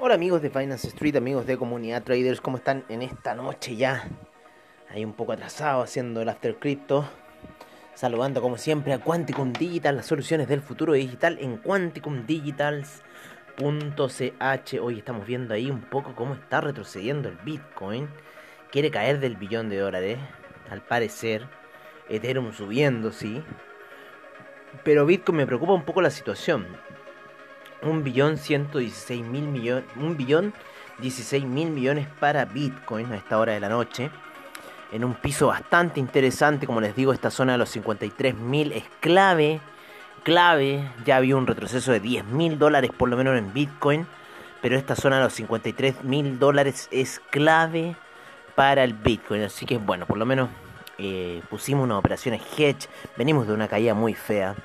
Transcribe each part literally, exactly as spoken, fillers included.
Hola amigos de Finance Street, amigos de Comunidad Traders, ¿cómo están en esta noche ya? Ahí un poco atrasado haciendo el After Crypto. Saludando como siempre a Quanticum Digital, las soluciones del futuro digital en quanticum digitals punto c h. Hoy estamos viendo ahí un poco cómo está retrocediendo el Bitcoin. Quiere caer del billón de dólares, al parecer. Ethereum subiendo, sí. Pero Bitcoin me preocupa un poco la situación. Un billón ciento dieciséis mil millones. Un billón dieciséis mil millones para Bitcoin a esta hora de la noche. En un piso bastante interesante, como les digo, esta zona de los cincuenta y tres mil es clave. Clave. Ya había un retroceso de diez mil dólares por lo menos en Bitcoin. Pero esta zona de los cincuenta y tres mil dólares es clave para el Bitcoin. Así que bueno, por lo menos eh, pusimos unas operaciones hedge. Venimos de una caída muy fea.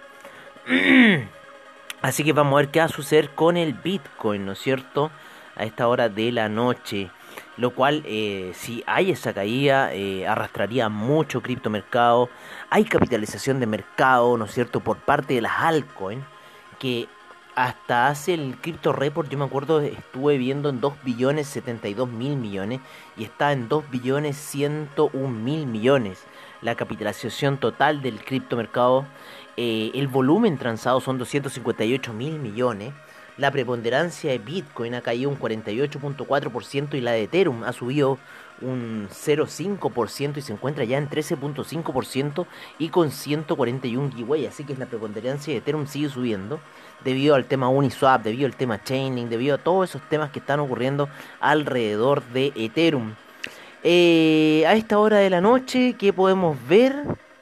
Así que vamos a ver qué va a suceder con el Bitcoin, ¿no es cierto? A esta hora de la noche. Lo cual, eh, si hay esa caída, eh, arrastraría mucho criptomercado. Hay capitalización de mercado, ¿no es cierto? Por parte de las altcoins. Que hasta hace el Crypto Report, yo me acuerdo, estuve viendo en dos billones setenta y dos mil millones. Y está en dos billones ciento un mil millones. La capitalización total del criptomercado. Eh, el volumen transado son doscientos cincuenta y ocho mil millones. La preponderancia de Bitcoin ha caído un cuarenta y ocho punto cuatro por ciento y la de Ethereum ha subido un cero punto cinco por ciento y se encuentra ya en trece punto cinco por ciento y con ciento cuarenta y uno giveaway. Así que la preponderancia de Ethereum sigue subiendo debido al tema Uniswap, debido al tema Chainlink, debido a todos esos temas que están ocurriendo alrededor de Ethereum. Eh, a esta hora de la noche, ¿qué podemos ver?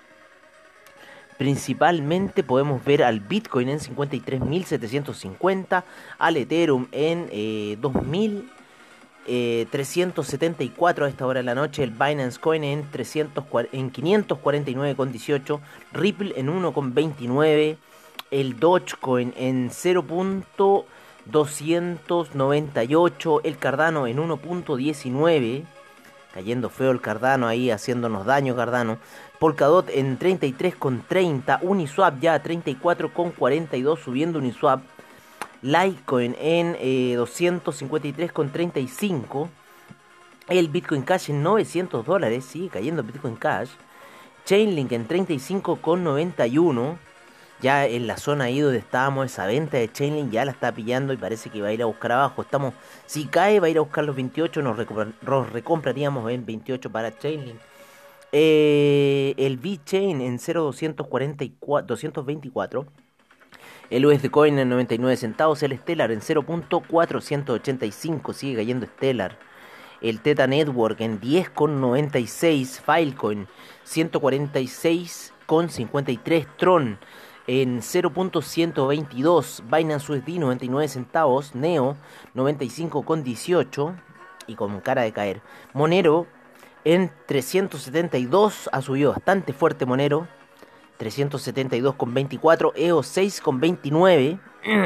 Principalmente podemos ver al Bitcoin en cincuenta y tres mil setecientos cincuenta, al Ethereum en eh, dos mil trescientos setenta y cuatro a esta hora de la noche, el Binance Coin en, trescientos, en quinientos cuarenta y nueve coma dieciocho, Ripple en uno coma veintinueve, el Dogecoin en cero punto doscientos noventa y ocho, el Cardano en uno punto diecinueve. Cayendo feo el Cardano ahí, haciéndonos daño Cardano. Polkadot en treinta y tres coma treinta. Uniswap ya a treinta y cuatro coma cuarenta y dos, subiendo Uniswap. Litecoin en eh, doscientos cincuenta y tres coma treinta y cinco. El Bitcoin Cash en novecientos dólares. Sigue cayendo el Bitcoin Cash. Chainlink en treinta y cinco coma noventa y uno. Ya en la zona ahí donde estábamos, esa venta de Chainlink ya la está pillando y parece que va a ir a buscar abajo. Estamos, si cae, va a ir a buscar los veintiocho. Nos, recuper- nos recompraríamos en veintiocho para Chainlink. Eh, el V-Chain en cero punto doscientos cuarenta y cuatro, doscientos veinticuatro. El U S D Coin en noventa y nueve centavos. El Stellar en cero punto cuatrocientos ochenta y cinco. Sigue cayendo Stellar. El Theta Network en diez coma noventa y seis. Filecoin ciento cuarenta y seis coma cincuenta y tres. Tron en cero punto ciento veintidós. Binance U S D noventa y nueve centavos. Neo noventa y cinco coma dieciocho. Y con cara de caer. Monero en trescientos setenta y dos. Ha subido bastante fuerte Monero. trescientos setenta y dos coma veinticuatro. E O seis coma veintinueve.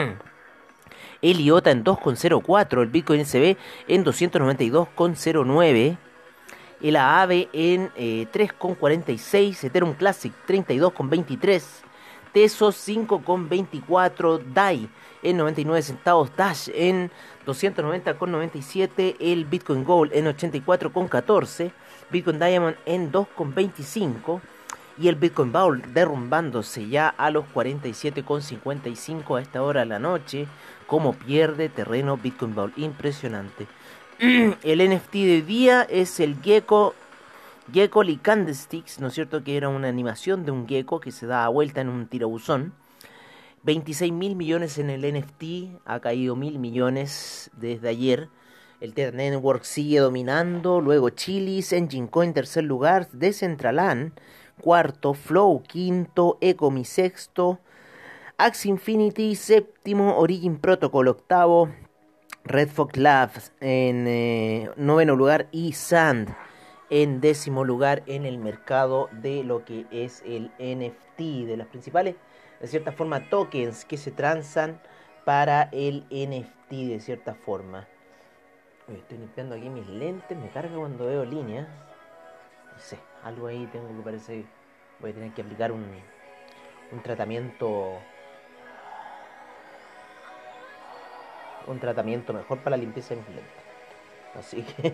El I O T A en dos coma cero cuatro. El Bitcoin S B en doscientos noventa y dos coma cero nueve. El A A V en eh, tres coma cuarenta y seis. Ethereum Classic treinta y dos coma veintitrés. Tesos cinco coma veinticuatro. D A I en noventa y nueve centavos. Dash en doscientos noventa coma noventa y siete. El Bitcoin Gold en ochenta y cuatro coma catorce. Bitcoin Diamond en dos coma veinticinco. Y el Bitcoin Bowl derrumbándose ya a los cuarenta y siete coma cincuenta y cinco a esta hora de la noche. Como pierde terreno Bitcoin Bowl. Impresionante. El N F T de día es el Gecko. Gecko y Candlesticks, ¿no es cierto? Que era una animación de un gecko que se da vuelta en un tirabuzón. veintiséis mil millones en el N F T. Ha caído mil millones desde ayer. El Tether Network sigue dominando. Luego Chilis, Engine Coin tercer lugar. Decentraland cuarto. Flow quinto. Ecomi sexto. Axie Infinity séptimo. Origin Protocol octavo. Red Fox Labs en eh, noveno lugar y Sand en décimo lugar en el mercado de lo que es el N F T, de las principales, de cierta forma, tokens que se transan para el N F T de cierta forma. Estoy limpiando aquí mis lentes, me carga cuando veo líneas. No sé, algo ahí tengo que parece. Voy a tener que aplicar un, un tratamiento un tratamiento mejor para la limpieza de mis lentes. Así que...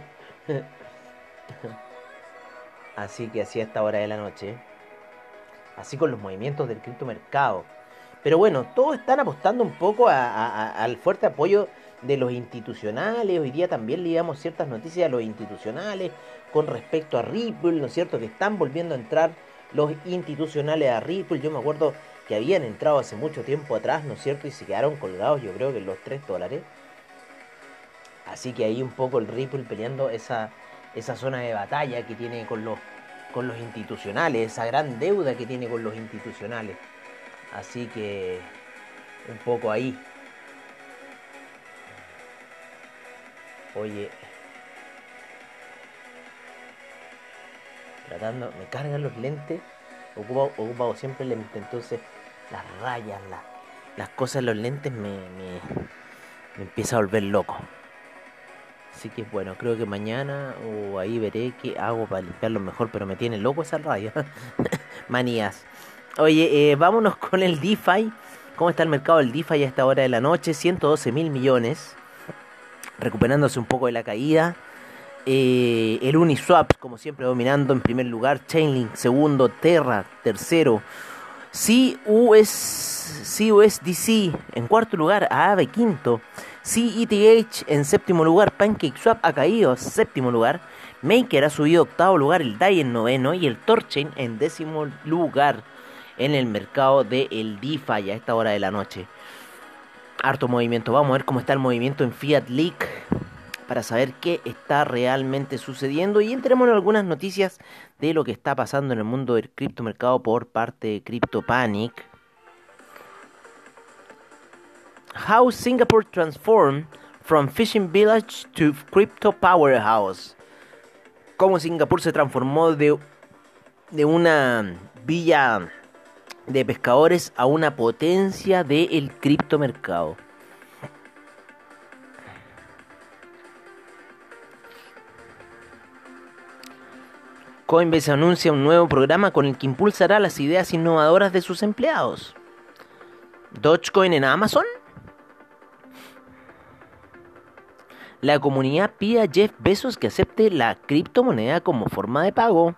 Así que así a esta hora de la noche. Así con los movimientos del criptomercado. Pero bueno, todos están apostando un poco a, a, a, al fuerte apoyo de los institucionales. Hoy día también leíamos ciertas noticias de los institucionales con respecto a Ripple, ¿no es cierto? Que están volviendo a entrar los institucionales a Ripple. Yo me acuerdo que habían entrado hace mucho tiempo atrás, ¿no es cierto? Y se quedaron colgados, yo creo que en los tres dólares. Así que ahí un poco el Ripple peleando esa, esa zona de batalla que tiene con los, con los institucionales, esa gran deuda que tiene con los institucionales. Así que un poco ahí. Oye, tratando, me cargan los lentes, ocupo, ocupo siempre lentes, entonces las rayas, las, las cosas en los lentes me, me, me empieza a volver loco. Así que bueno, creo que mañana o ahí veré qué hago para limpiarlo mejor, pero me tiene loco esa raya. Manías. Oye, eh, vámonos con el DeFi. ¿Cómo está el mercado del DeFi a esta hora de la noche? ciento doce mil millones. Recuperándose un poco de la caída. Eh, el Uniswap, como siempre, dominando en primer lugar. Chainlink, segundo. Terra, tercero. C U S D C, en cuarto lugar. Aave, quinto. C E T H, en séptimo lugar. PancakeSwap ha caído, séptimo lugar. Maker ha subido octavo lugar. El D A I en noveno. Y el Torchain en décimo lugar en el mercado del DeFi a esta hora de la noche. Harto movimiento. Vamos a ver cómo está el movimiento en Fiat Leak para saber qué está realmente sucediendo. Y entremos en algunas noticias de lo que está pasando en el mundo del criptomercado por parte de CryptoPanic. How Singapore transformed from fishing village to crypto powerhouse. Cómo Singapur se transformó de, de una villa de pescadores a una potencia del criptomercado. Coinbase anuncia un nuevo programa con el que impulsará las ideas innovadoras de sus empleados. Dogecoin en Amazon. La comunidad pide a Jeff Bezos que acepte la criptomoneda como forma de pago.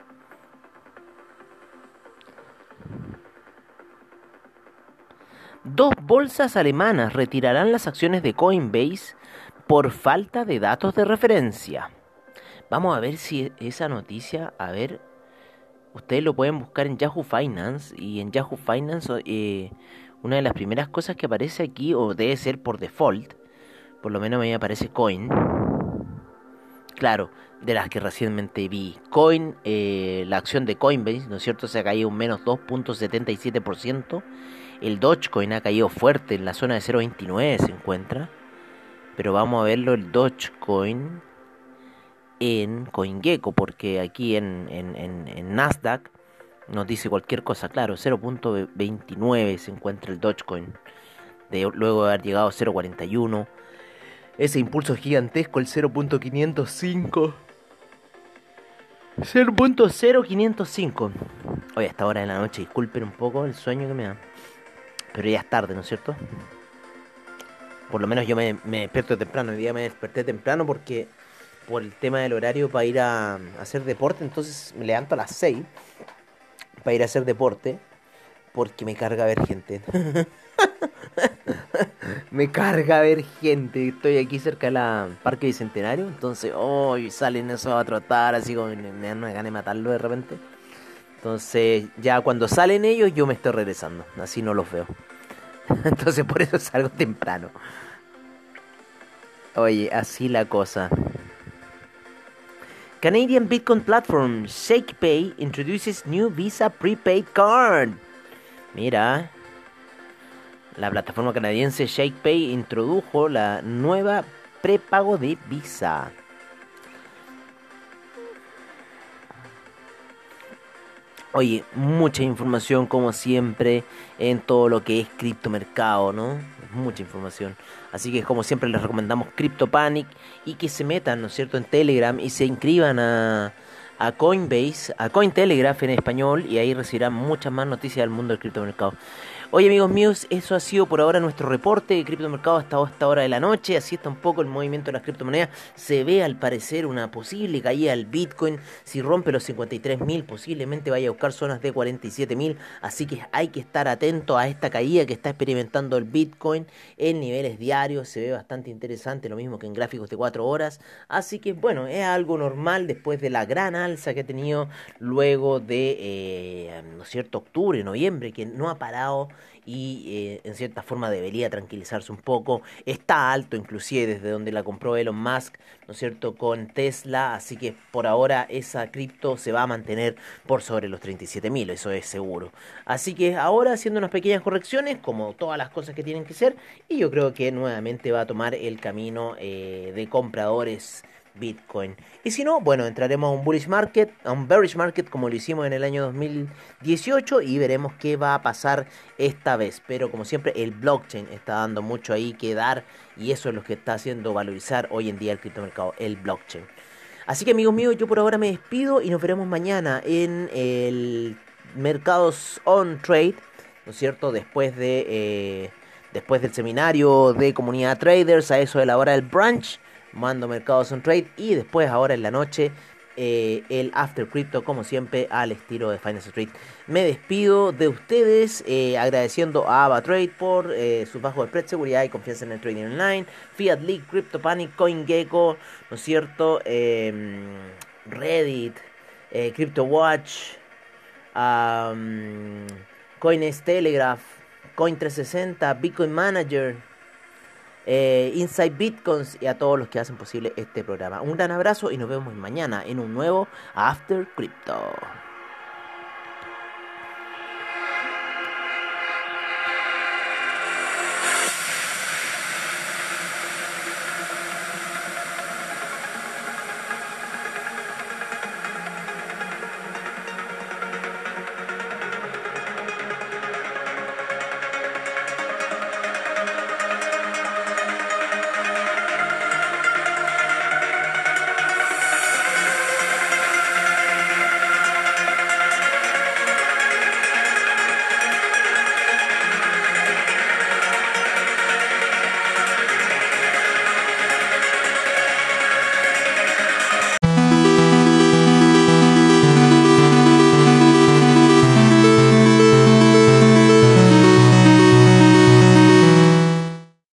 Dos bolsas alemanas retirarán las acciones de Coinbase por falta de datos de referencia. Vamos a ver si esa noticia, a ver, ustedes lo pueden buscar en Yahoo Finance. Y en Yahoo Finance eh, una de las primeras cosas que aparece aquí, o debe ser por default, por lo menos a mí me aparece Coin. Claro, de las que recientemente vi. Coin, eh, la acción de Coinbase, ¿no es cierto? Se ha caído un menos dos punto setenta y siete por ciento. El Dogecoin ha caído fuerte, en la zona de cero punto veintinueve se encuentra. Pero vamos a verlo el Dogecoin en CoinGecko, porque aquí en, en, en, en Nasdaq nos dice cualquier cosa. Claro, cero punto veintinueve se encuentra el Dogecoin, de, luego de haber llegado a cero punto cuarenta y uno. Ese impulso gigantesco, el cero punto quinientos cinco. cero punto cero quinientos cinco. Hoy a esta hora de la noche, disculpen un poco el sueño que me da, pero ya es tarde, ¿no es cierto? Por lo menos yo me, me despierto temprano. Hoy día me desperté temprano porque por el tema del horario para ir a, a hacer deporte. Entonces me levanto a las seis para ir a hacer deporte, porque me carga ver gente. Me carga ver gente. Estoy aquí cerca del Parque Bicentenario. Entonces, hoy oh, salen esos a trotar así como me dan una gana de matarlo de repente. Entonces, ya cuando salen ellos, yo me estoy regresando. Así no los veo. Entonces, por eso salgo temprano. Oye, así la cosa. Canadian Bitcoin platform ShakePay introduces new Visa prepaid card. Mira, la plataforma canadiense ShakePay introdujo la nueva prepago de Visa. Oye, mucha información como siempre en todo lo que es criptomercado, ¿no? Mucha información. Así que como siempre les recomendamos CryptoPanic y que se metan, ¿no es cierto?, en Telegram y se inscriban a, a Coinbase, a Cointelegraph en español, y ahí recibirán muchas más noticias del mundo del criptomercado. Oye, amigos míos, eso ha sido por ahora nuestro reporte de criptomercado hasta esta hora de la noche. Así está un poco el movimiento de las criptomonedas. Se ve al parecer una posible caída del Bitcoin. Si rompe los cincuenta y tres mil, posiblemente vaya a buscar zonas de cuarenta y siete mil. Así que hay que estar atento a esta caída que está experimentando el Bitcoin en niveles diarios. Se ve bastante interesante, lo mismo que en gráficos de cuatro horas. Así que bueno, es algo normal después de la gran alza que ha tenido luego de, eh, ¿no es cierto?, octubre, noviembre, que no ha parado y eh, en cierta forma debería tranquilizarse un poco. Está alto inclusive desde donde la compró Elon Musk, ¿no es cierto?, con Tesla, así que por ahora esa cripto se va a mantener por sobre los treinta y siete mil, eso es seguro. Así que ahora haciendo unas pequeñas correcciones, como todas las cosas que tienen que ser, y yo creo que nuevamente va a tomar el camino eh, de compradores Bitcoin. Y si no, bueno, entraremos a un bullish market, a un bearish market como lo hicimos en el año dos mil dieciocho y veremos qué va a pasar esta vez. Pero como siempre, el blockchain está dando mucho ahí que dar y eso es lo que está haciendo valorizar hoy en día el criptomercado, el blockchain. Así que amigos míos, yo por ahora me despido y nos veremos mañana en el Mercados on Trade, ¿no es cierto? Después de eh, después del seminario de comunidad traders, a eso de la hora del brunch, mando Mercados on Trade y después ahora en la noche eh, el After Crypto, como siempre, al estilo de Finance Street. Me despido de ustedes eh, agradeciendo a AvaTrade por eh, sus bajos spread, seguridad y confianza en el trading online, Fiat League, CryptoPanic, CoinGecko, ¿no es cierto? Eh, Reddit, eh, CryptoWatch, um, CoinTelegraph, Coin trescientos sesenta, Bitcoin Manager, eh, Inside Bitcoins y a todos los que hacen posible este programa. Un gran abrazo y nos vemos mañana en un nuevo After Crypto.